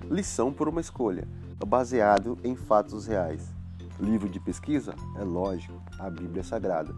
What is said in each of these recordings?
Lição por uma escolha, baseado em fatos reais. Livro de pesquisa? É lógico, a Bíblia Sagrada.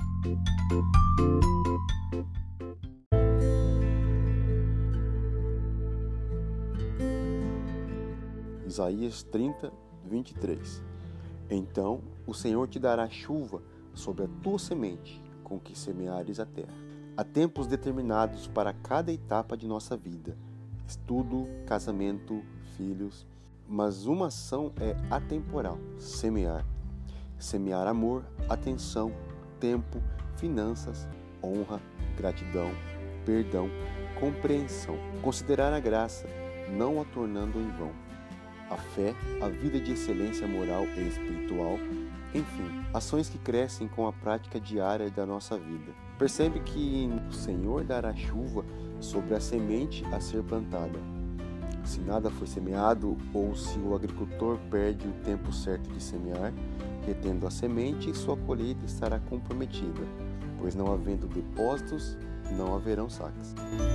Isaías 30, 23. Então o Senhor te dará chuva sobre a tua semente, com que semeares a terra. Há tempos determinados para cada etapa de nossa vida: estudo, casamento, filhos. Mas uma ação é atemporal: semear. Semear amor, atenção, tempo, finanças, honra, gratidão, perdão, compreensão. Considerar a graça, não a tornando em vão. A fé, a vida de excelência moral e espiritual, enfim, ações que crescem com a prática diária da nossa vida. Percebe que o Senhor dará chuva sobre a semente a ser plantada. Se nada foi semeado ou se o agricultor perde o tempo certo de semear, retendo a semente, sua colheita estará comprometida, pois não havendo depósitos, não haverão saques.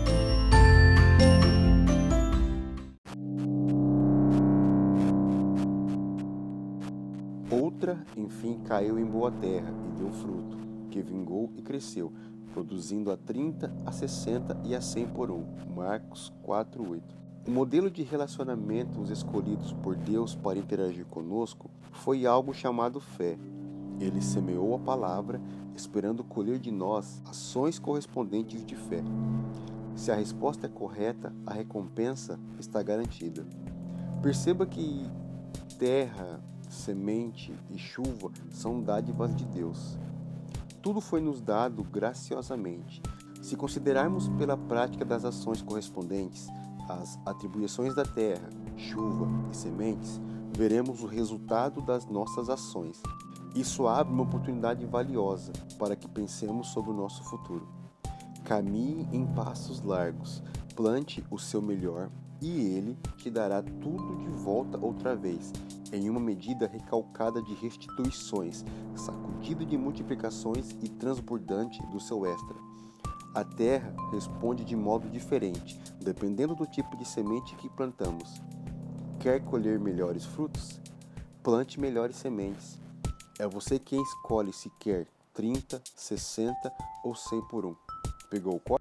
Outra, enfim, caiu em boa terra e deu fruto, que vingou e cresceu, produzindo a 30, a 60 e a 100 por um. Marcos 4:8. O modelo de relacionamentos escolhidos por Deus para interagir conosco foi algo chamado fé. Ele semeou a palavra, esperando colher de nós ações correspondentes de fé. Se a resposta é correta, a recompensa está garantida. Perceba que terra, semente e chuva são dádivas de Deus. Tudo foi nos dado graciosamente. Se considerarmos pela prática das ações correspondentes as atribuições da terra, chuva e sementes, veremos o resultado das nossas ações. Isso abre uma oportunidade valiosa para que pensemos sobre o nosso futuro. Caminhe em passos largos, plante o seu melhor e ele te dará tudo de volta outra vez, em uma medida recalcada de restituições, sacudido de multiplicações e transbordante do seu extra. A terra responde de modo diferente, dependendo do tipo de semente que plantamos. Quer colher melhores frutos? Plante melhores sementes. É você quem escolhe se quer 30, 60 ou 100 por um. Pegou o corte?